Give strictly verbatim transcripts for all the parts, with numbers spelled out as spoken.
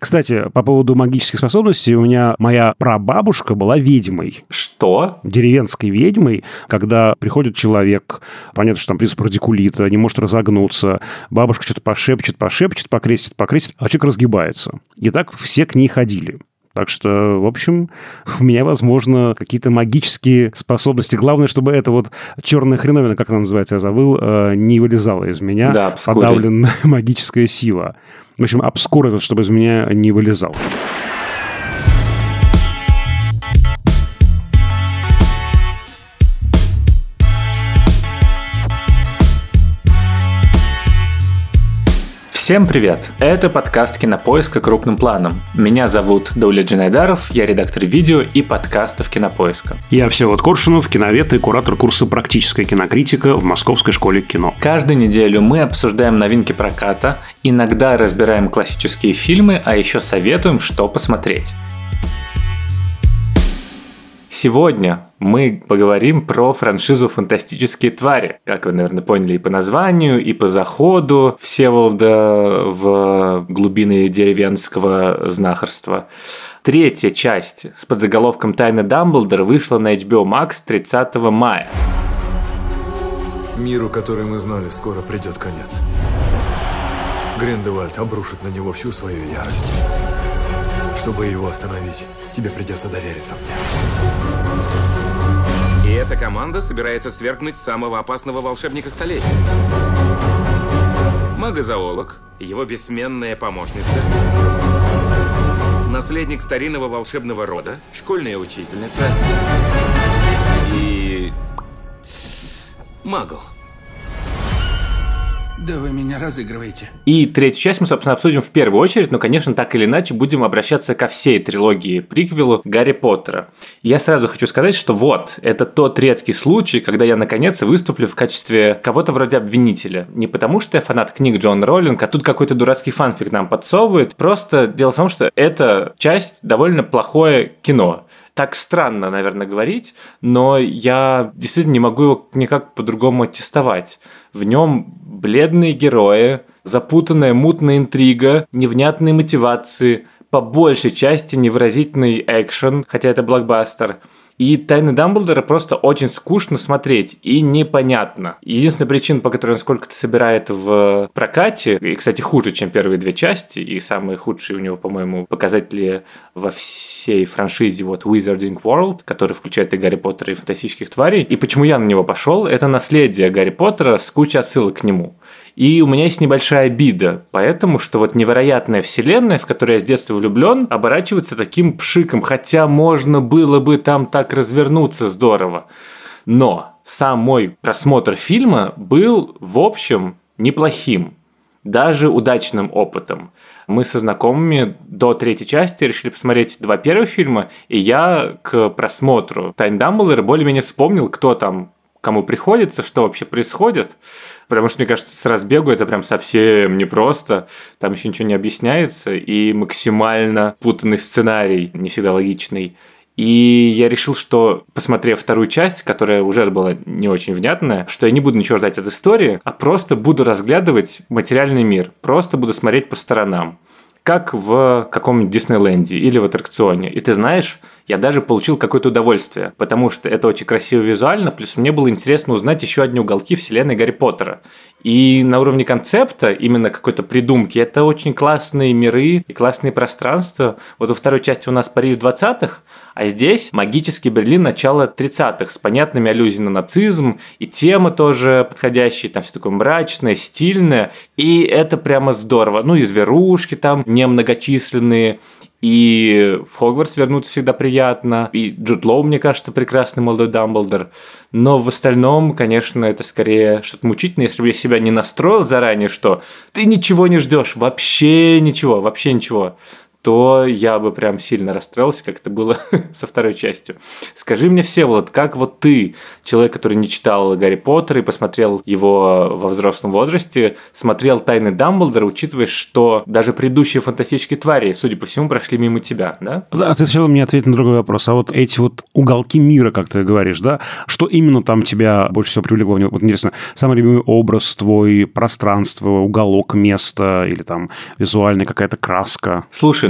Кстати, по поводу магических способностей, у меня моя прабабушка была ведьмой. Что? Деревенской ведьмой, когда приходит человек, понятно, что там приступ радикулита, не может разогнуться, бабушка что-то пошепчет, пошепчет, покрестит, покрестит, а человек разгибается. И так все к ней ходили. Так что, в общем, у меня, возможно, какие-то магические способности. Главное, чтобы эта вот черная хреновина, как она называется, я забыл, не вылезала из меня. Да, подавленная магическая сила. В общем, обскур этот, чтобы из меня не вылезал. Всем привет! Это подкаст «Кинопоиска. Крупным планом». Меня зовут Даулет Джанайдаров, я редактор видео и подкастов «Кинопоиска». Я Всеволод Коршунов, киновед и куратор курса «Практическая кинокритика» в Московской школе кино. Каждую неделю мы обсуждаем новинки проката, иногда разбираем классические фильмы, а еще советуем, что посмотреть. Сегодня мы поговорим про франшизу «Фантастические твари». Как вы, наверное, поняли и по названию, и по заходу Всеволода в глубины деревенского знахарства. Третья часть с подзаголовком «Тайны Дамблдора» вышла на эйч би о Max тридцатого мая. Миру, который мы знали, скоро придет конец. Гриндевальд обрушит на него всю свою ярость. Чтобы его остановить, тебе придется довериться мне. И эта команда собирается свергнуть самого опасного волшебника столетия. Магозоолог, его бессменная помощница, наследник старинного волшебного рода, школьная учительница и... магл. Да вы меня разыгрываете. И третью часть мы, собственно, обсудим в первую очередь, но, конечно, так или иначе будем обращаться ко всей трилогии приквелу Гарри Поттера. И я сразу хочу сказать, что вот, это тот редкий случай, когда я, наконец, выступлю в качестве кого-то вроде обвинителя. Не потому, что я фанат книг Джона Роулинг, а тут какой-то дурацкий фанфик нам подсовывает. Просто дело в том, что эта часть довольно плохое кино. Так странно, наверное, говорить, но я действительно не могу его никак по-другому аттестовать. В нем бледные герои, запутанная мутная интрига, невнятные мотивации, по большей части невыразительный экшен, хотя это блокбастер. И «Тайны Дамблдора» просто очень скучно смотреть и непонятно. Единственная причина, по которой он сколько-то собирает в прокате, и, кстати, хуже, чем первые две части, и самые худшие у него, по-моему, показатели во всей франшизе вот Wizarding World, который включает и Гарри Поттера, и фантастических тварей. И почему я на него пошел, это наследие Гарри Поттера с кучей отсылок к нему. И у меня есть небольшая обида, поэтому, что вот невероятная вселенная, в которую я с детства влюблен, оборачивается таким пшиком, хотя можно было бы там так развернуться здорово. Но сам мой просмотр фильма был, в общем, неплохим, даже удачным опытом. Мы со знакомыми до третьей части решили посмотреть два первых фильма, и я к просмотру «Тайн Дамблдора» более-менее вспомнил, кто там кому приходится, что вообще происходит. Потому что, мне кажется, с разбегу это прям совсем непросто. Там еще ничего не объясняется. И максимально путанный сценарий, не всегда логичный. И я решил, что, посмотрев вторую часть, которая уже была не очень внятная, что я не буду ничего ждать от истории, а просто буду разглядывать материальный мир. Просто буду смотреть по сторонам. Как в каком-нибудь Диснейленде или в аттракционе. И ты знаешь, я даже получил какое-то удовольствие, потому что это очень красиво визуально, плюс мне было интересно узнать еще одни уголки вселенной Гарри Поттера. И на уровне концепта, именно какой-то придумки, это очень классные миры и классные пространства. Вот во второй части у нас Париж двадцатых, а здесь магический Берлин начала тридцатых с понятными аллюзиями на нацизм, и тема тоже подходящая, там все такое мрачное, стильное, и это прямо здорово. Ну и зверушки там немногочисленные, и в Хогвартс вернуться всегда приятно. И Джуд Лоу, мне кажется, прекрасный молодой Дамблдор. Но в остальном, конечно, это скорее что-то мучительное, если бы я себя не настроил заранее, что ты ничего не ждешь, вообще ничего, вообще ничего, то я бы прям сильно расстроился, как это было со второй частью. Скажи мне, Всеволод, как вот ты, человек, который не читал Гарри Поттера и посмотрел его во взрослом возрасте, смотрел «Тайны Дамблдора», учитывая, что даже предыдущие фантастические твари, судя по всему, прошли мимо тебя, да? Да, ты сначала мне ответь на другой вопрос. А вот эти вот уголки мира, как ты говоришь, да, что именно там тебя больше всего привлекло? Вот интересно, самый любимый образ твой, пространство, уголок, место или там визуальная какая-то краска? Слушай,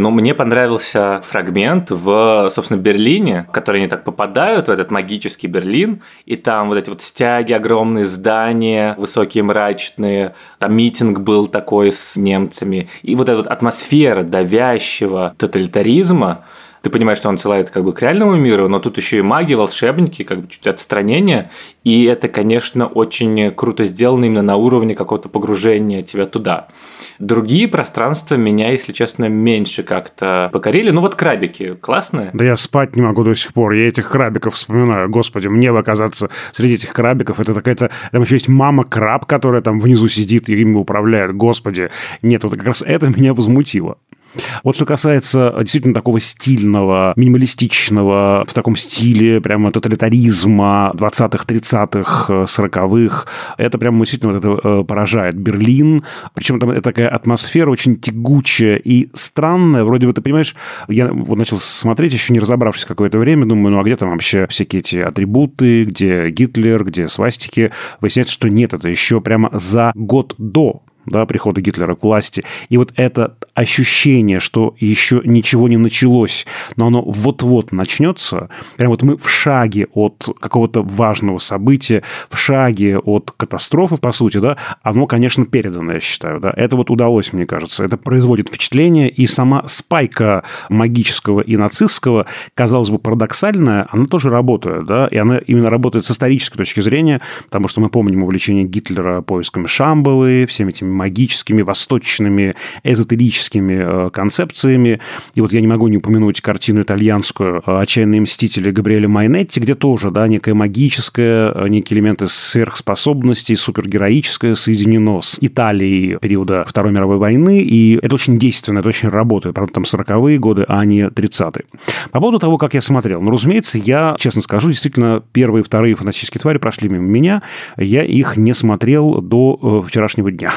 Но мне понравился фрагмент в, собственно, Берлине, в который они так попадают, в этот магический Берлин, и там вот эти вот стяги, огромные здания, высокие, мрачные, там митинг был такой с немцами, и вот эта вот атмосфера давящего тоталитаризма. Ты понимаешь, что он отсылает как бы к реальному миру, но тут еще и маги, волшебники, как бы чуть отстранение. И это, конечно, очень круто сделано именно на уровне какого-то погружения тебя туда. Другие пространства меня, если честно, меньше как-то покорили. Ну вот крабики классные. Да я спать не могу до сих пор. Я этих крабиков вспоминаю. Господи, мне бы оказаться среди этих крабиков. Это какая-то... Там еще есть мама-краб, которая там внизу сидит и ими управляет. Господи. Нет, вот как раз это меня возмутило. Вот что касается действительно такого стильного, минималистичного, в таком стиле прямо тоталитаризма двадцатых, тридцатых, сороковых, это прямо действительно вот это поражает. Берлин, причем там такая атмосфера очень тягучая и странная. Вроде бы, ты понимаешь, я вот начал смотреть, еще не разобравшись какое-то время, думаю, ну а где там вообще всякие эти атрибуты, где Гитлер, где свастики? Выясняется, что нет, это еще прямо за год до да, прихода Гитлера к власти. И вот это ощущение, что еще ничего не началось, но оно вот-вот начнется, прям вот мы в шаге от какого-то важного события, в шаге от катастрофы, по сути, да, оно, конечно, передано, я считаю, да. Это вот удалось, мне кажется. Это производит впечатление, и сама спайка магического и нацистского, казалось бы, парадоксальная, она тоже работает, да, и она именно работает с исторической точки зрения, потому что мы помним увлечение Гитлера поисками Шамбалы, всеми этими магическими, восточными, эзотерическими э, концепциями. И вот я не могу не упомянуть картину итальянскую «Отчаянные мстители» Габриэля Майнетти, где тоже, да, некое магическое, некие элементы сверхспособностей, супергероическое соединено с Италией периода Второй мировой войны, и это очень действенно, это очень работает. Правда, там сороковые годы, а не тридцатые. По поводу того, как я смотрел. Ну, разумеется, я, честно скажу, действительно, первые и вторые «Фантастические твари» прошли мимо меня. Я их не смотрел до э, вчерашнего дня.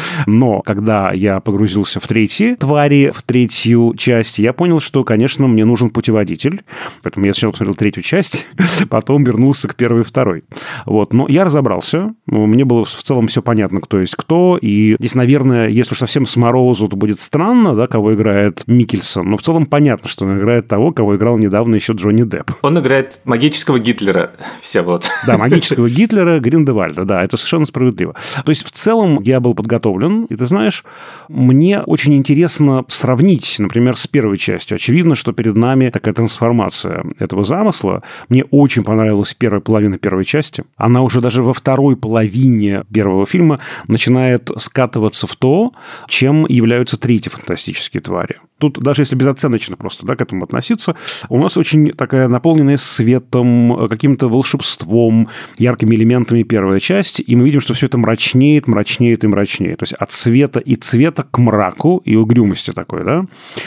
Но когда я погрузился в третьи твари, в третью часть, я понял, что, конечно, мне нужен путеводитель. Поэтому я сначала посмотрел третью часть, потом вернулся к первой и второй. Вот. Но я разобрался. Мне было в целом все понятно, кто есть кто. И здесь, наверное, если уж совсем с морозу, то будет странно, да, кого играет Миккельсон. Но в целом понятно, что он играет того, кого играл недавно еще Джонни Депп. Он играет магического Гитлера, Всеволод. Да, магического Гитлера Гриндевальда. Да, это совершенно справедливо. То есть, в целом, я был подготовлен. И ты знаешь, мне очень интересно сравнить, например, с первой частью. Очевидно, что перед нами такая трансформация этого замысла. Мне очень понравилась первая половина первой части. Она уже даже во второй половине первого фильма начинает скатываться в то, чем являются третьи фантастические твари. Тут даже если безоценочно просто, да, к этому относиться, у нас очень такая наполненная светом, каким-то волшебством, яркими элементами первая часть, и мы видим, что все это мрачнеет, мрачнеет и мрачнеет. То есть от света и цвета к мраку и угрюмости такой, да?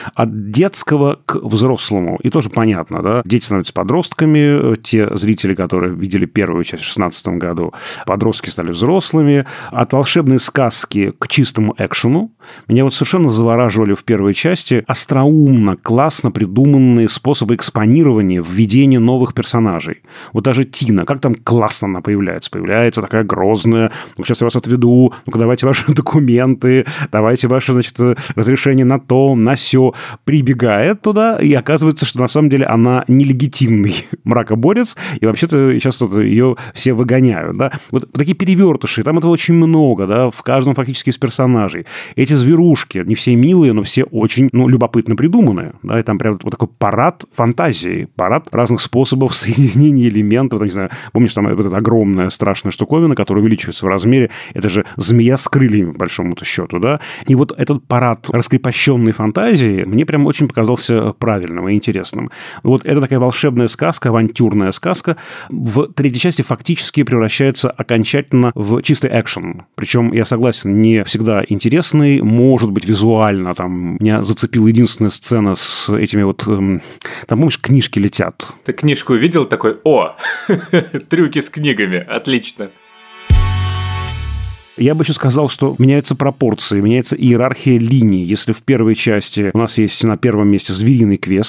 От детского к взрослому. И тоже понятно, да? Дети становятся подростками, те зрители, которые видели первую часть в шестнадцатом году, подростки стали взрослыми. От волшебной сказки к чистому экшену. Меня вот совершенно завораживали в первой части остроумно, классно придуманные способы экспонирования, введения новых персонажей. Вот даже Тина, как там классно она появляется. Появляется такая грозная, ну, сейчас я вас отведу, ну-ка давайте ваши документы, давайте ваше, значит, разрешение на то, на сё. Прибегает туда, и оказывается, что на самом деле она нелегитимный мракоборец, и вообще-то сейчас вот ее все выгоняют, да. Вот такие перевертыши, там этого очень много, да, в каждом фактически из персонажей. Эти зверушки, не все милые, но все очень, ну, любопытно придуманные, да, и там прям вот такой парад фантазии, парад разных способов соединения элементов, там, не знаю, помнишь, там вот эта огромная страшная штуковина, которая увеличивается в размере, это же змея с крыльями, по большому-то счету, да, и вот этот парад раскрепощенной фантазии мне прям очень показался правильным и интересным. Вот это такая волшебная сказка, авантюрная сказка, в третьей части фактически превращается окончательно в чистый экшен, причем, я согласен, не всегда интересный, может быть, визуально, там, меня зацепила единственная сцена с этими вот, эм, там, помнишь, книжки летят. Ты книжку увидел, такой, о, трюки с книгами, отлично. Я бы еще сказал, что меняются пропорции, меняется иерархия линий. Если в первой части у нас есть на первом месте звериный квест,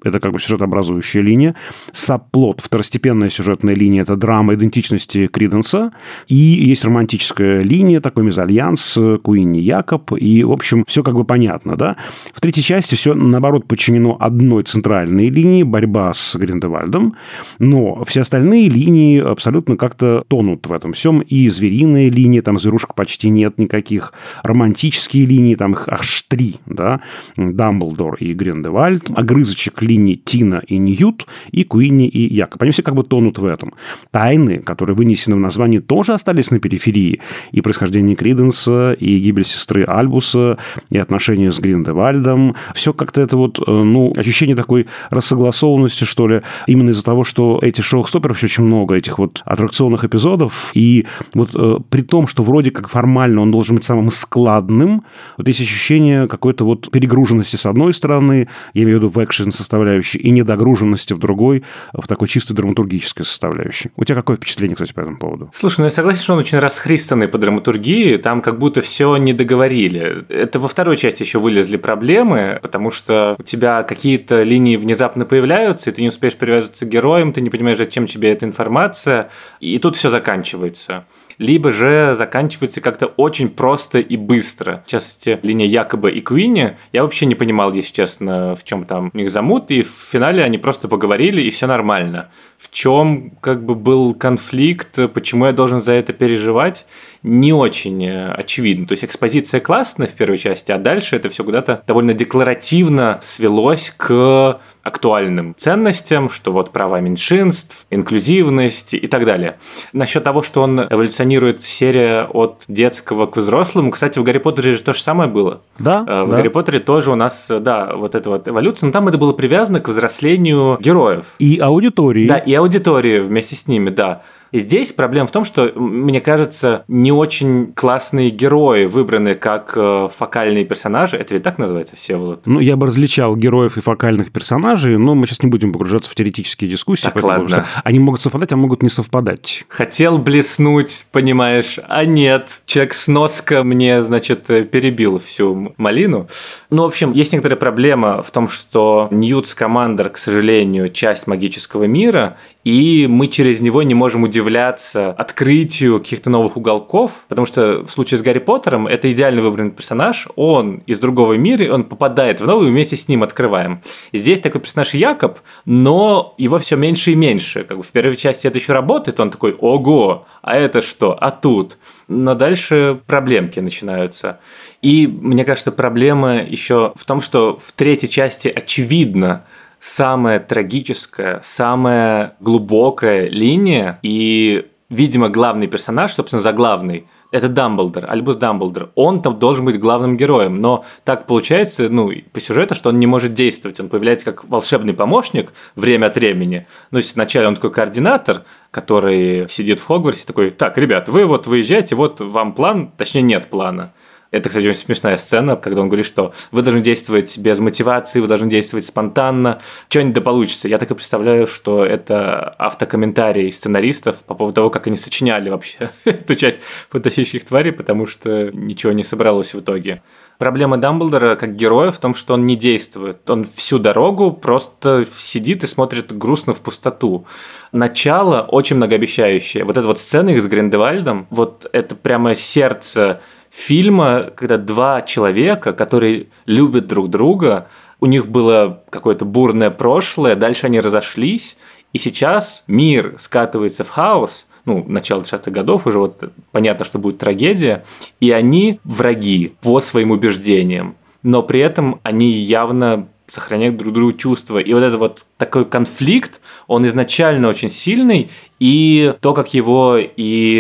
это как бы сюжетообразующая линия. Сабплот, второстепенная сюжетная линия, это драма идентичности Криденса. И есть романтическая линия, такой мезальянс, Куинни Якоб. И, в общем, все как бы понятно, да. В третьей части все, наоборот, подчинено одной центральной линии, борьба с Гриндевальдом. Но все остальные линии абсолютно как-то тонут в этом всем. И звериная линия, там зверушек почти нет никаких. Романтические линии, там их аж три, да. Дамблдор и Гриндевальд. Огрызочек линий Тина и Ньют. И Куинни и Якоб. Они все как бы тонут в этом. Тайны, которые вынесены в название, тоже остались на периферии. И происхождение Криденса, и гибель сестры Альбуса, и отношения с Гриндевальдом. Все как-то это вот, ну, ощущение такой рассогласованности, что ли, именно из-за того, что этих шоу-стоперов очень много, этих вот аттракционных эпизодов. И вот э, при том, что вроде как формально он должен быть самым складным, вот есть ощущение какой-то вот перегруженности с одной стороны, я имею в виду в экшен-составляющей, и недогруженности в другой, в такой чисто драматургической составляющей. У тебя какое впечатление, кстати, по этому поводу? Слушай, ну я согласен, что он очень расхристанный по драматургии, там как будто все не договорили. Это во второй части еще вылезли проблемы, потому что у тебя какие-то линии внезапно появляются, и ты не успеешь привязываться к героям, ты не понимаешь, зачем тебе эта информация, и тут все заканчивается. Либо же заканчивается как-то очень просто и быстро. В частности, линия Якоба и Куинни, я вообще не понимал, если честно, в чем там у них замут, и в финале они просто поговорили, и все нормально. В чем как бы был конфликт, почему я должен за это переживать, не очень очевидно. То есть экспозиция классная в первой части, а дальше это все куда-то довольно декларативно свелось к актуальным ценностям, что вот права меньшинств, инклюзивность и так далее. Насчет того, что он эволюционирует серия от детского к взрослому, кстати, в Гарри Поттере же то же самое было. Да. В да. Гарри Поттере тоже у нас, да, вот эта вот эволюция, но там это было привязано к взрослению героев. И аудитории. Да, и аудитории вместе с ними, да. И здесь проблема в том, что, мне кажется, не очень классные герои выбраны как фокальные персонажи. Это ведь так называется, Всеволод? Ну, я бы различал героев и фокальных персонажей, но мы сейчас не будем погружаться в теоретические дискуссии. Так, поэтому, ладно. Что они могут совпадать, а могут не совпадать. Хотел блеснуть, понимаешь, а нет. Человек с носка мне, значит, перебил всю малину. Ну, в общем, есть некоторая проблема в том, что Ньют Скамандер, к сожалению, часть магического мира, и мы через него не можем удивляться открытию каких-то новых уголков, потому что в случае с Гарри Поттером это идеально выбранный персонаж, он из другого мира, он попадает в новый, и вместе с ним открываем. И здесь такой персонаж Якоб, но его все меньше и меньше. Как бы в первой части это еще работает, он такой: ого, а это что, а тут? Но дальше проблемки начинаются. И мне кажется, проблема еще в том, что в третьей части очевидно, самая трагическая, самая глубокая линия, и, видимо, главный персонаж, собственно, заглавный, это Дамблдор, Альбус Дамблдор. Он там должен быть главным героем, но так получается, ну, по сюжету, что он не может действовать. Он появляется как волшебный помощник время от времени. Ну, то есть вначале он такой координатор, который сидит в Хогвартсе, такой: так, ребят, вы вот выезжаете, вот вам план, точнее, нет плана. Это, кстати, очень смешная сцена, когда он говорит, что вы должны действовать без мотивации, вы должны действовать спонтанно, что-нибудь да получится. Я так и представляю, что это автокомментарий сценаристов по поводу того, как они сочиняли вообще эту часть фантастических тварей, потому что ничего не собралось в итоге. Проблема Дамблдора как героя в том, что он не действует. Он всю дорогу просто сидит и смотрит грустно в пустоту. Начало очень многообещающее. Вот эта вот сцена их с Гриндевальдом, вот это прямо сердце фильма, когда два человека, которые любят друг друга, у них было какое-то бурное прошлое, дальше они разошлись, и сейчас мир скатывается в хаос, ну, начало десятых годов, уже вот понятно, что будет трагедия, и они враги по своим убеждениям, но при этом они явно сохраняют друг другу чувства. И вот этот вот такой конфликт, он изначально очень сильный, и то, как его и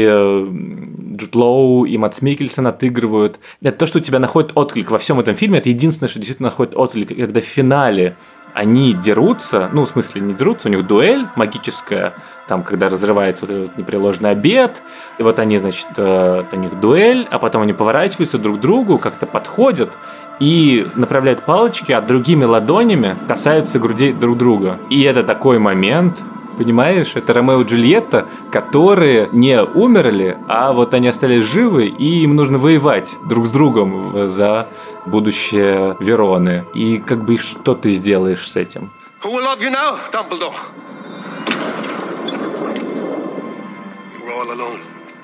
Джуд Лоу, и Мадс Миккельсон отыгрывают, это то, что у тебя находит отклик во всем этом фильме, это единственное, что действительно находит отклик, когда в финале они дерутся, ну, в смысле, не дерутся, у них дуэль магическая, там, когда разрывается вот этот непреложный обет, и вот они, значит, у них дуэль, а потом они поворачиваются друг к другу, как-то подходят, и направляют палочки, а другими ладонями касаются грудей друг друга. И это такой момент, понимаешь, это Ромео и Джульетта, которые не умерли, а вот они остались живы, и им нужно воевать друг с другом за будущее Вероны. И как бы что ты сделаешь с этим? Who will love you now, Dumbledore? You're all alone.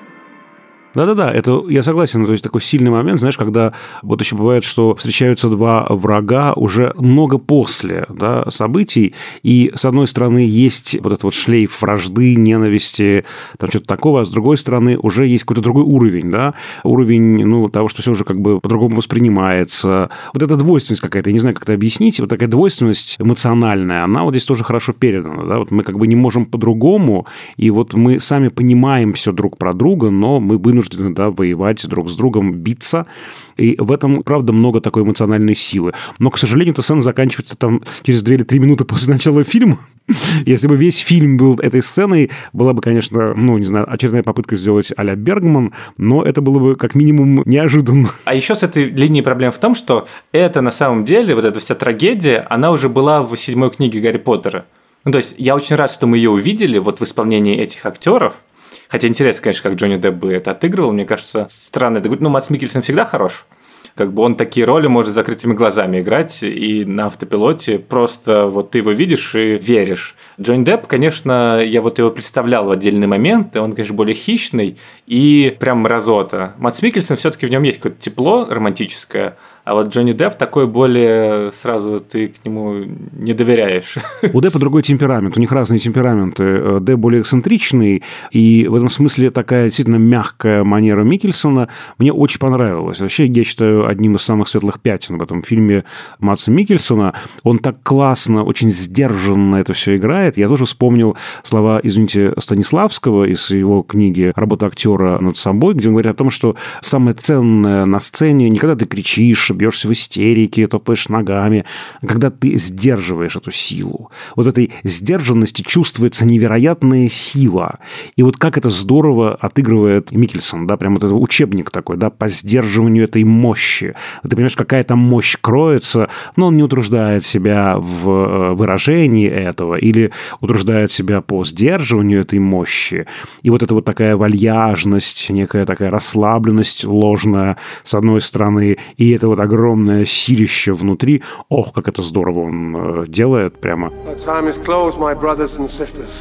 Да-да-да, это я согласен, то есть такой сильный момент, знаешь, когда вот еще бывает, что встречаются два врага уже много после, да, событий, и с одной стороны есть вот этот вот шлейф вражды, ненависти, там что-то такого, а с другой стороны уже есть какой-то другой уровень, да, уровень, ну, того, что все уже как бы по-другому воспринимается. Вот эта двойственность какая-то, я не знаю, как это объяснить, вот такая двойственность эмоциональная, она вот здесь тоже хорошо передана, да, вот мы как бы не можем по-другому, и вот мы сами понимаем все друг про друга, но мы вынуждены вынуждены, да, воевать друг с другом, биться. И в этом, правда, много такой эмоциональной силы. Но, к сожалению, эта сцена заканчивается там через две или три минуты после начала фильма. Если бы весь фильм был этой сценой, была бы, конечно, ну, не знаю, очередная попытка сделать а-ля Бергман, но это было бы, как минимум, неожиданно. А еще с этой линией проблема в том, что это, на самом деле, вот эта вся трагедия, она уже была в седьмой книге Гарри Поттера. Ну, то есть, я очень рад, что мы ее увидели вот в исполнении этих актеров. Хотя интересно, конечно, как Джонни Депп бы это отыгрывал. Мне кажется, странно это говорить. Ну, Мадс Миккельсен всегда хорош. Как бы он такие роли может с закрытыми глазами играть, и на автопилоте просто вот ты его видишь и веришь. Джонни Депп, конечно, я вот его представлял в отдельный момент, он, конечно, более хищный и прям мразота. Мадс Миккельсен все-таки в нем есть какое-то тепло романтическое, а вот Джонни Депп такой более сразу ты к нему не доверяешь. У Деппа другой темперамент, у них разные темпераменты. Депп более эксцентричный, и в этом смысле такая действительно мягкая манера Миккельсона мне очень понравилась. Вообще, я считаю, одним из самых светлых пятен в этом фильме Мадса Миккельсона. Он так классно, очень сдержанно это все играет. Я тоже вспомнил слова, извините, Станиславского из его книги «Работа актера над собой», где он говорит о том, что самое ценное на сцене не когда ты кричишь, бьешься в истерике, топаешь ногами, когда ты сдерживаешь эту силу. Вот в этой сдержанности чувствуется невероятная сила. И вот как это здорово отыгрывает Миккельсон, да, прям вот этот учебник такой, да, по сдерживанию этой мощи. Ты понимаешь, какая там мощь кроется, но он не утруждает себя в выражении этого или утруждает себя по сдерживанию этой мощи. И вот это вот такая вальяжность, некая такая расслабленность ложная с одной стороны, и это вот огромное силище внутри. Ох, как это здорово он делает прямо. Time is closed, my brothers and sisters.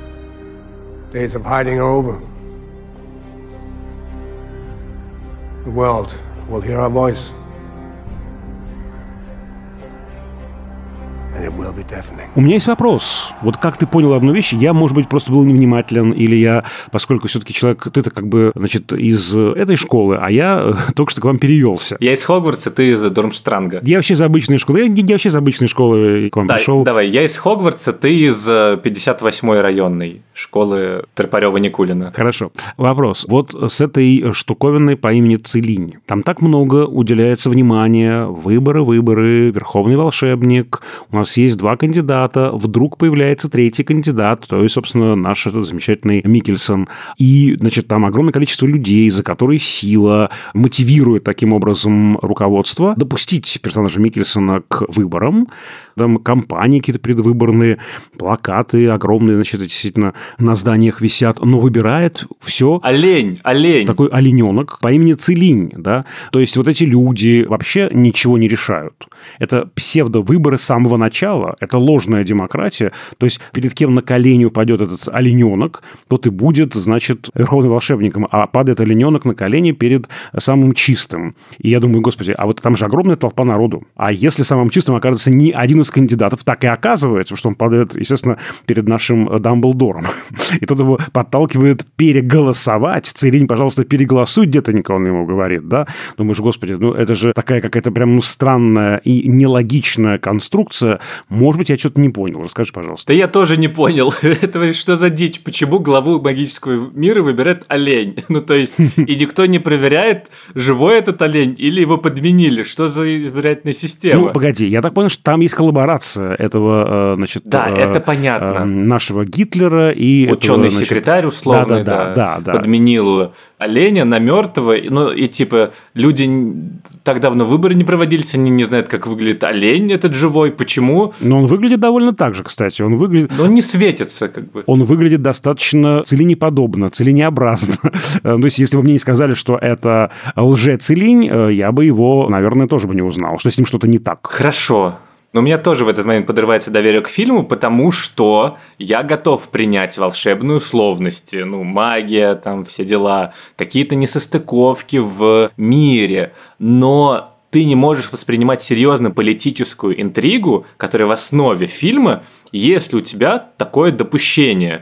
Days of hiding are over. The world will hear our voice. У меня есть вопрос. Вот как ты понял одну вещь, я, может быть, просто был невнимателен, или я, поскольку все-таки человек, ты-то как бы, значит, из этой школы, а я только что к вам перевелся. Я из Хогвартса, ты из Дурмштранга. Я вообще из обычной школы. Я, я вообще из обычной школы к вам да, пришел. Давай, я из Хогвартса, ты из пятьдесят восьмой районной школы Тропарева-Никулина. Хорошо. Вопрос. Вот с этой штуковиной по имени Целинь. Там так много уделяется внимания. Выборы, выборы, верховный волшебник. У нас есть два кандидата. Вдруг появляется третий кандидат. То есть, собственно, наш этот замечательный Миккельсон. И, значит, там огромное количество людей, за которые сила мотивирует таким образом руководство допустить персонажа Миккельсона к выборам. Там кампании какие-то предвыборные, плакаты огромные, значит, действительно на зданиях висят, но выбирает все. Олень, олень. Такой олененок по имени Целинь, да. То есть вот эти люди вообще ничего не решают. Это псевдовыборы с самого начала, это ложная демократия. То есть перед кем на колени упадет этот олененок, тот и будет, значит, верховным волшебником, а падает олененок на колени перед самым чистым. И я думаю, господи, а вот там же огромная толпа народу. А если самым чистым окажется не один из кандидатов, так и оказывается, что он падает, естественно, перед нашим Дамблдором. И тот его подталкивает переголосовать. Целинь, пожалуйста, переголосуй, где-то он ему говорит, да? Думаешь, господи, ну это же такая какая-то прям ну, странная и нелогичная конструкция. Может быть, я что-то не понял. Расскажи, пожалуйста. Да я тоже не понял. Это что за дичь? Почему главу магического мира выбирает олень? Ну, то есть, и никто не проверяет, живой этот олень или его подменили. Что за избирательная система? Ну, погоди, я так понял, что там есть коллаборация этого, значит... Да, э, это понятно. Нашего Гитлера и... Ученый-секретарь условный, да, да, да, да, подменил оленя на мертвого. Ну, и типа, люди так давно выборы не проводились, они не знают, как выглядит олень этот живой. Почему? Но он выглядит довольно так же, кстати. Он выглядит... Но он не светится, как бы. Он выглядит достаточно целинеподобно, целинеобразно. То есть, если бы мне не сказали, что это лже-Целинь, я бы его, наверное, тоже бы не узнал, что с ним что-то не так. Хорошо. Но у меня тоже в этот момент подрывается доверие к фильму, потому что я готов принять волшебные условности, ну, магия, там, все дела, какие-то несостыковки в мире, но ты не можешь воспринимать серьезно политическую интригу, которая в основе фильма, если у тебя такое допущение,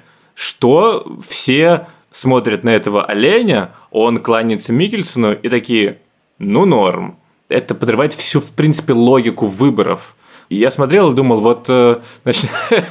что все смотрят на этого оленя, он кланяется Миккельсону и такие, ну, норм. Это подрывает всю, в принципе, логику выборов. И я смотрел и думал, вот, значит,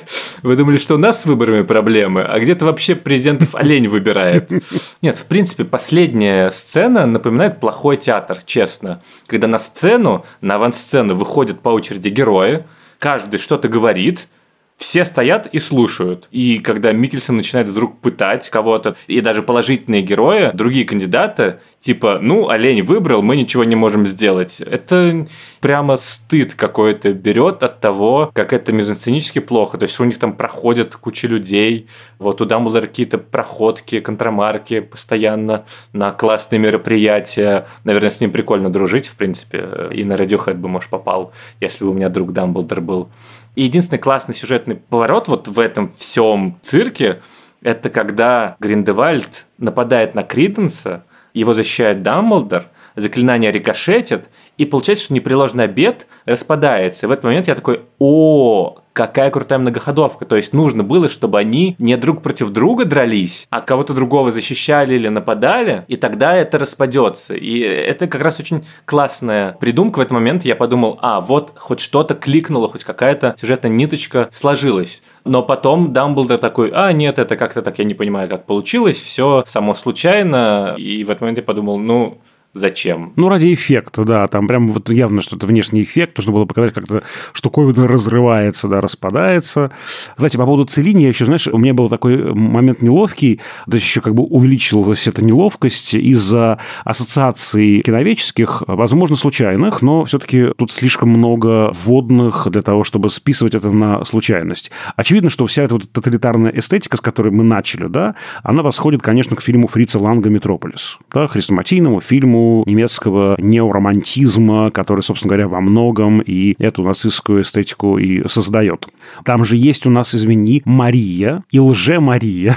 вы думали, что у нас с выборами проблемы, а где-то вообще президентов олень выбирает. Нет, в принципе, последняя сцена напоминает плохой театр, честно. Когда на сцену, на авансцену выходят по очереди герои, каждый что-то говорит, все стоят и слушают. И когда Миккельсон начинает вдруг пытать кого-то, и даже положительные герои, другие кандидаты, типа, ну, олень выбрал, мы ничего не можем сделать. Это прямо стыд какой-то берет от того, как это мизансценически плохо. То есть у них там проходят куча людей, вот у Дамблдора какие-то проходки, контрамарки постоянно на классные мероприятия. Наверное, с ним прикольно дружить, в принципе. И на Radiohead бы, может, попал, если бы у меня друг Дамблдор был. И единственный классный сюжетный поворот вот в этом всем цирке – это когда Гриндевальд нападает на Криденса, его защищает Дамблдор, заклинание рикошетит, и получается, что непреложный обет распадается. И в этот момент я такой, о, какая крутая многоходовка. То есть нужно было, чтобы они не друг против друга дрались, а кого-то другого защищали или нападали, и тогда это распадется. И это как раз очень классная придумка. В этот момент я подумал, а, вот хоть что-то кликнуло, хоть какая-то сюжетная ниточка сложилась. Но потом Дамблдор такой, а, нет, это как-то так, я не понимаю, как получилось, все само случайно. И в этот момент я подумал, ну... Зачем? Ну, ради эффекта, да. Там прям вот явно что-то внешний эффект. Нужно было показать как-то, что ковид разрывается, да, распадается. Кстати, по поводу Целини, я еще, знаешь, у меня был такой момент неловкий. То есть еще как бы увеличилась эта неловкость из-за ассоциаций киновеческих, возможно, случайных, но все-таки тут слишком много вводных для того, чтобы списывать это на случайность. Очевидно, что вся эта вот тоталитарная эстетика, с которой мы начали, да, она восходит, конечно, к фильму Фрица Ланга «Метрополис», да, хрестоматийному фильму немецкого неоромантизма, который, собственно говоря, во многом и эту нацистскую эстетику и создает. Там же есть у нас, извини, Мария и лже-Мария.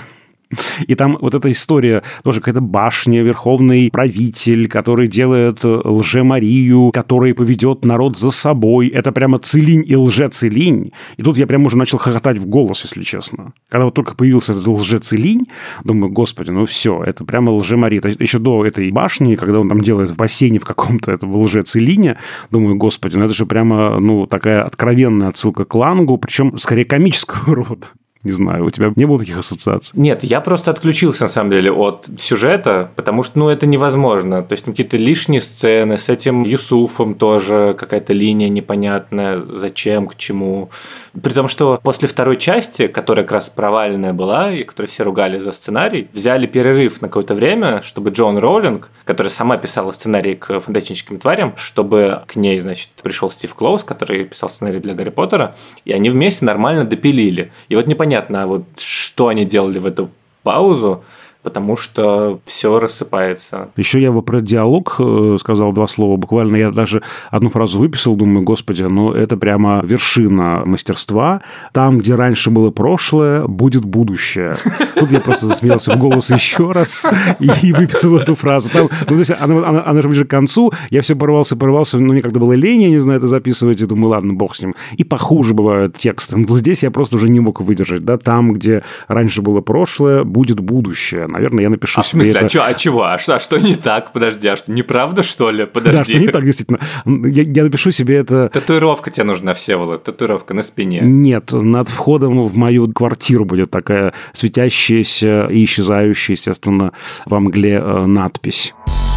И там вот эта история, тоже какая-то башня, верховный правитель, который делает лже-Марию, который поведет народ за собой. Это прямо Целинь и лже-Целинь. И тут я прямо уже начал хохотать в голос, если честно. Когда вот только появился этот лже-Целинь, думаю, господи, ну все, это прямо лже-Мария. Еще до этой башни, когда он там делает в бассейне в каком-то этого лже-Целиня, думаю, господи, ну это же прямо, ну, такая откровенная отсылка к Лангу, причем скорее комического рода. Не знаю, у тебя не было таких ассоциаций? Нет, я просто отключился, на самом деле, от сюжета, потому что, ну, это невозможно. То есть, какие-то лишние сцены, с этим Юсуфом тоже какая-то линия непонятная, зачем, к чему. При том, что после второй части, которая как раз провальная была, и которую все ругали за сценарий, взяли перерыв на какое-то время, чтобы Джон Роулинг, которая сама писала сценарий к «Фантастическим тварям», чтобы к ней, значит, пришел Стив Клоуз, который писал сценарий для Гарри Поттера, и они вместе нормально допилили. И вот непонятно, Понятно, вот что они делали в эту паузу, потому что все рассыпается. Еще я бы про диалог сказал два слова. Буквально я даже одну фразу выписал, думаю, господи, ну это прямо вершина мастерства. Там, где раньше было прошлое, будет будущее. Тут я просто засмеялся в голос еще раз и выписал эту фразу. Там, ну, здесь она, она, она же ближе к концу. Я все порвался, порвался. Ну, мне когда было лень, я не знаю, это записывать. И думаю, ладно, бог с ним. И похуже бывают тексты. Но здесь я просто уже не мог выдержать. Да? Там, где раньше было прошлое, будет будущее. Наверное, я напишу а себе в смысле, это... а, чё, а чего? А что, а что не так? Подожди, а что, неправда, что ли? Подожди. Да, что не так, действительно. Я, я напишу себе это... Татуировка тебе нужна, Всеволод, татуировка на спине. Нет, над входом в мою квартиру будет такая светящаяся и исчезающая, естественно, во мгле надпись.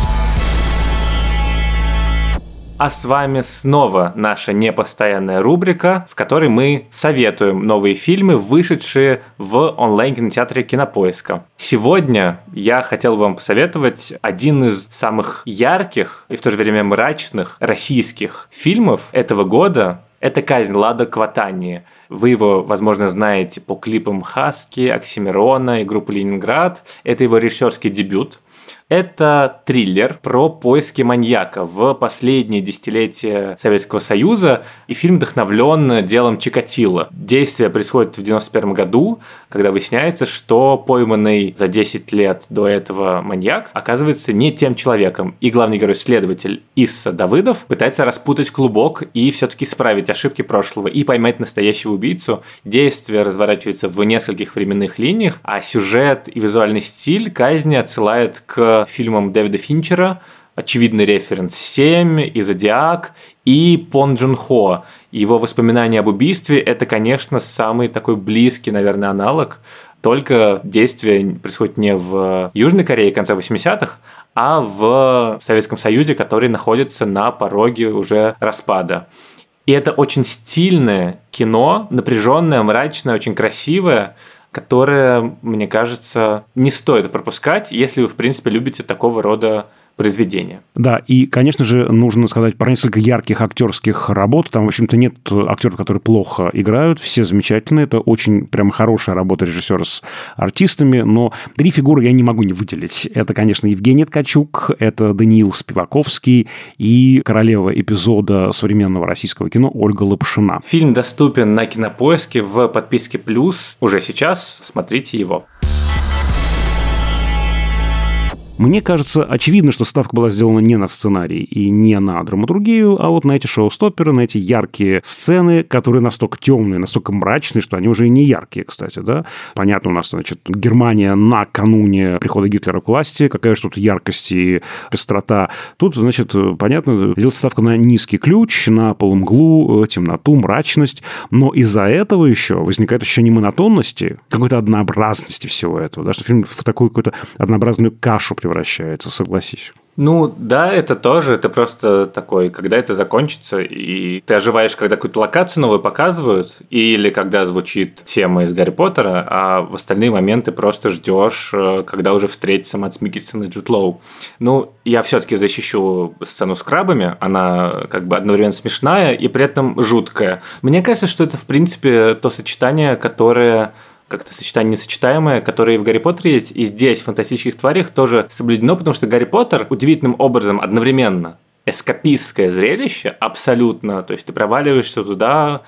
А с вами снова наша непостоянная рубрика, в которой мы советуем новые фильмы, вышедшие в онлайн-кинотеатре Кинопоиска. Сегодня я хотел вам посоветовать один из самых ярких и в то же время мрачных российских фильмов этого года. Это «Казнь Лада Кватани». Вы его, возможно, знаете по клипам Хаски, Оксимирона и группы «Ленинград». Это его режиссерский дебют. Это триллер про поиски маньяка в последние десятилетия Советского Союза, и фильм вдохновлен делом Чикатило. Действие происходит в девяносто первом году, когда выясняется, что пойманный за десять лет до этого маньяк оказывается не тем человеком. И главный герой-следователь Исса Давыдов пытается распутать клубок и все-таки исправить ошибки прошлого и поймать настоящего убийцу. Действие разворачивается в нескольких временных линиях, а сюжет и визуальный стиль казни отсылает к фильмам Дэвида Финчера, очевидный референс «Семь» и «Зодиак», и Пон Джун Хо. Его воспоминания об убийстве – это, конечно, самый такой близкий, наверное, аналог, только действие происходит не в Южной Корее конца восьмидесятых, а в Советском Союзе, который находится на пороге уже распада. И это очень стильное кино, напряженное, мрачное, очень красивое, которое, мне кажется, не стоит пропускать, если вы, в принципе, любите такого рода произведения. Да, и, конечно же, нужно сказать про несколько ярких актерских работ. Там, в общем-то, нет актеров, которые плохо играют, все замечательные. Это очень прям хорошая работа режиссера с артистами, но три фигуры я не могу не выделить. Это, конечно, Евгений Ткачук, это Даниил Спиваковский и королева эпизода современного российского кино Ольга Лапшина. Фильм доступен на Кинопоиске в подписке «Плюс» уже сейчас. Смотрите его. Мне кажется, очевидно, что ставка была сделана не на сценарий и не на драматургию, а вот на эти шоу-стопперы, на эти яркие сцены, которые настолько темные, настолько мрачные, что они уже и не яркие, кстати, да. Понятно, у нас, значит, Германия накануне прихода Гитлера к власти, какая же тут яркость и пестрота. Тут, значит, понятно, делается ставка на низкий ключ, на полумглу, темноту, мрачность, но из-за этого еще возникает ощущение монотонности, какой-то однообразности всего этого, да, что фильм в такую какую-то однообразную кашу превращается. Вращается, согласись. Ну, да, это тоже, это просто такой, когда это закончится, и ты оживаешь, когда какую-то локацию новую показывают, или когда звучит тема из Гарри Поттера, а в остальные моменты просто ждешь, когда уже встретится Мадс Миккельсен и Джуд Лоу. Ну, я все-таки защищу сцену с крабами, она как бы одновременно смешная и при этом жуткая. Мне кажется, что это, в принципе, то сочетание, которое... как-то сочетание несочетаемое, которое и в Гарри Поттере есть, и здесь, в «Фантастических тварях», тоже соблюдено, потому что Гарри Поттер удивительным образом одновременно эскапистское зрелище, абсолютно, то есть ты проваливаешься туда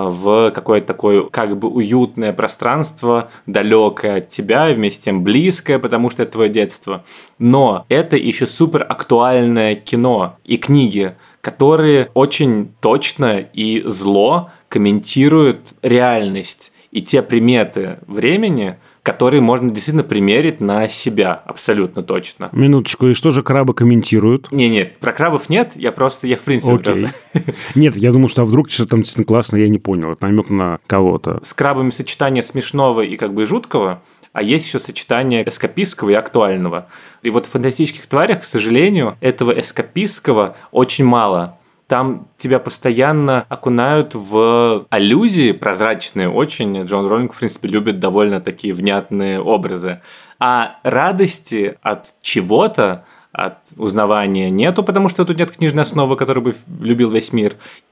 в какое-то такое как бы уютное пространство, далекое от тебя, и вместе с тем близкое, потому что это твое детство. Но это еще супер актуальное кино и книги, которые очень точно и зло комментируют реальность и те приметы времени, которые можно действительно примерить на себя абсолютно точно. Минуточку, и что же крабы комментируют? Не-не, про крабов нет, я просто, я в принципе... Окей. Нет, я думал, что а вдруг что-то там действительно классно, я не понял. Это намек на кого-то. С крабами сочетание смешного и как бы жуткого, а есть еще сочетание эскапистского и актуального. И вот в «Фантастических тварях», к сожалению, этого эскапистского очень мало. Там тебя постоянно окунают в аллюзии прозрачные очень. Джон Роулинг, в принципе, любит довольно такие внятные образы. А радости от чего-то, от узнавания нету, потому что тут нет книжной основы, которую бы любил весь мир.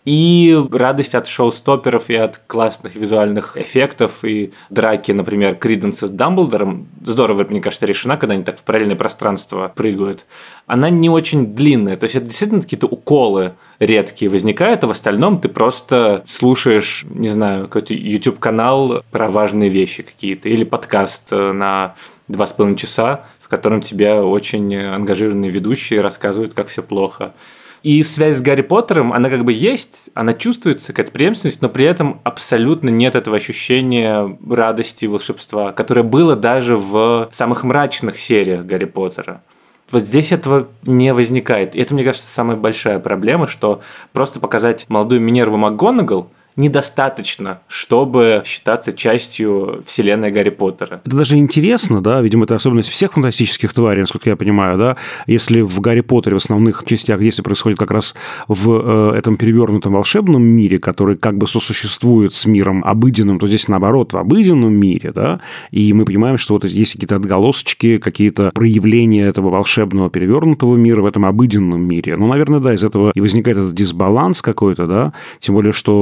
И радость от шоу-стопперов и от классных визуальных эффектов и драки, например, Криденса с Дамблдором, здорово, мне кажется, решена, когда они так в параллельное пространство прыгают. Она не очень длинная, то есть это действительно какие-то уколы редкие возникают, а в остальном ты просто слушаешь, не знаю, какой-то YouTube-канал про важные вещи какие-то или подкаст на два с половиной часа, в котором тебя очень ангажированные ведущие рассказывают, как все плохо. И связь с Гарри Поттером, она как бы есть, она чувствуется, какая-то преемственность, но при этом абсолютно нет этого ощущения радости и волшебства, которое было даже в самых мрачных сериях Гарри Поттера. Вот здесь этого не возникает. И это, мне кажется, самая большая проблема, что просто показать молодую Минерву МакГонагал недостаточно, чтобы считаться частью вселенной Гарри Поттера. Это даже интересно, да, видимо, это особенность всех фантастических тварей, насколько я понимаю, да, если в Гарри Поттере в основных частях действия происходит как раз в э, этом перевернутом волшебном мире, который как бы сосуществует с миром обыденным, то здесь наоборот, в обыденном мире, да, и мы понимаем, что вот есть какие-то отголосочки, какие-то проявления этого волшебного перевернутого мира в этом обыденном мире. Ну, наверное, да, из этого и возникает этот дисбаланс какой-то, да, тем более, что самое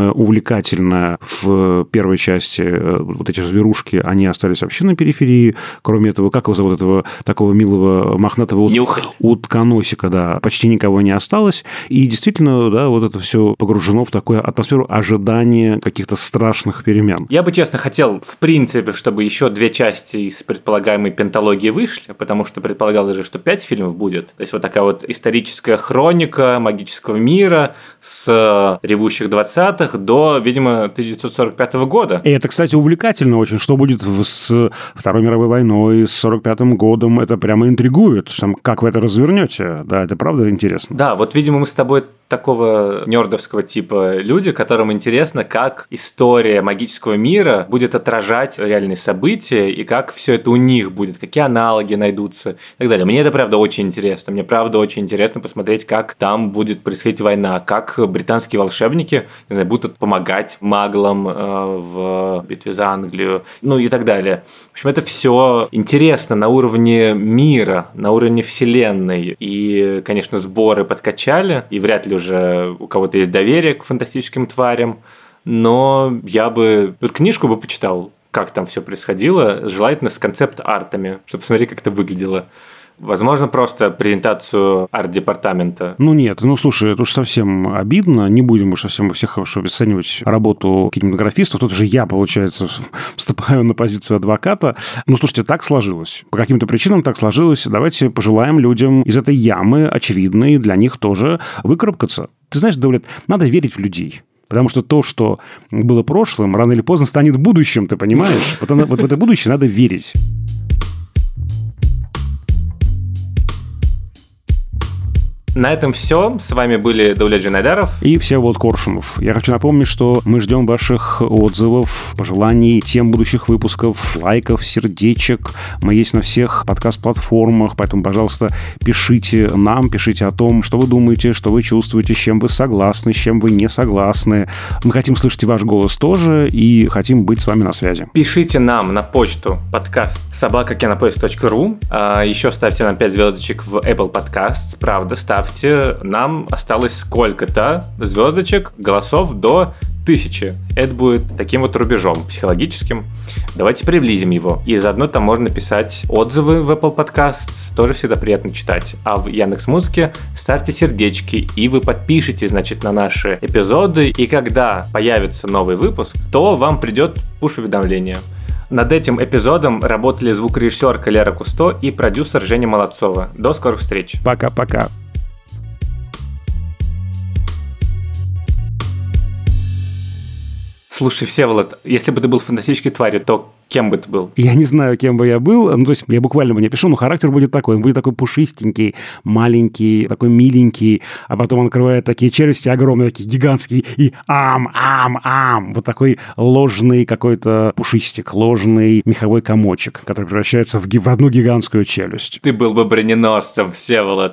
самое увлекательное в первой части, вот эти зверушки, они остались вообще на периферии. Кроме этого, как его зовут, этого такого милого мохнатого Нюхаль. утконосика, да, почти никого не осталось. И действительно, да, вот это все погружено в такую атмосферу ожидания каких-то страшных перемен. Я бы, честно, хотел, в принципе, чтобы еще две части из предполагаемой пенталогии вышли, потому что предполагалось же, что пять фильмов будет. То есть вот такая вот историческая хроника магического мира с ревущих двадцатых до, видимо, тысяча девятьсот сорок пятого года. И это, кстати, увлекательно очень. Что будет с Второй мировой войной, с сорок пятым годом, это прямо интригует. Как вы это развернете? Да, это правда интересно. Да, вот, видимо, мы с тобой такого нердовского типа люди, которым интересно, как история магического мира будет отражать реальные события и как все это у них будет, какие аналоги найдутся и так далее. Мне это, правда, очень интересно. Мне, правда, очень интересно посмотреть, как там будет происходить война, как британские волшебники, не знаю, будут помогать маглам э, в битве за Англию, ну и так далее. В общем, это все интересно на уровне мира, на уровне вселенной. И, конечно, сборы подкачали, и вряд ли уже у кого-то есть доверие к фантастическим тварям, но я бы вот книжку бы почитал, как там все происходило, желательно с концепт-артами, чтобы посмотреть, как это выглядело. Возможно, просто презентацию арт-департамента. Ну нет, ну слушай, это уж совсем обидно. Не будем уж совсем всех хорошо обесценивать работу кинематографистов. Тут же я, получается, вступаю на позицию адвоката. Ну, слушайте, так сложилось. По каким-то причинам так сложилось. Давайте пожелаем людям из этой ямы, очевидной, для них тоже выкарабкаться. Ты знаешь, Давлет, надо верить в людей. Потому что то, что было прошлым, рано или поздно станет будущим, ты понимаешь? Вот, оно, вот в это будущее надо верить. На этом все. С вами были Давлет Джанайдаров и Всеволод Коршунов. Я хочу напомнить, что мы ждем ваших отзывов, пожеланий, тем будущих выпусков, лайков, сердечек. Мы есть на всех подкаст-платформах, поэтому, пожалуйста, пишите нам, пишите о том, что вы думаете, что вы чувствуете, с чем вы согласны, с чем вы не согласны. Мы хотим слышать ваш голос тоже и хотим быть с вами на связи. Пишите нам на почту подкаст собака кинопоиск точка ру. А еще ставьте нам пять звездочек в Apple Podcasts. Правда, ставьте. Нам осталось сколько-то звездочек, голосов до тысячи. Это будет таким вот рубежом психологическим. Давайте приблизим его. И заодно там можно писать отзывы в Apple Podcasts. Тоже всегда приятно читать. А в Яндекс.Музыке ставьте сердечки. И вы подпишитесь, значит, на наши эпизоды. И когда появится новый выпуск, то вам придет пуш-уведомление. Над этим эпизодом работали звукорежиссерка Лера Кусто и продюсер Женя Молодцова. До скорых встреч. Пока-пока. Слушай, Всеволод, если бы ты был фантастической тварью, то кем бы ты был? Я не знаю, кем бы я был. Ну, то есть, я буквально бы не пишу, но характер будет такой. Он будет такой пушистенький, маленький, такой миленький. А потом он открывает такие челюсти огромные, такие гигантские. И ам, ам, ам. Вот такой ложный какой-то пушистик, ложный меховой комочек, который превращается в, в одну гигантскую челюсть. Ты был бы броненосцем, Всеволод.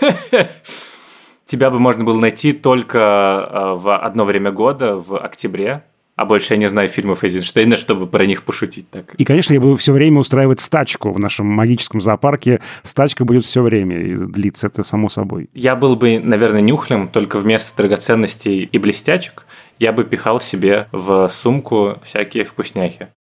Тебя бы можно было найти только в одно время года, в октябре. А больше я не знаю фильмов Эйзенштейна, чтобы про них пошутить так. И, конечно, я буду все время устраивать стачку в нашем магическом зоопарке. Стачка будет все время и длиться, это само собой. Я был бы, наверное, нюхлем, только вместо драгоценностей и блестячек я бы пихал себе в сумку всякие вкусняхи.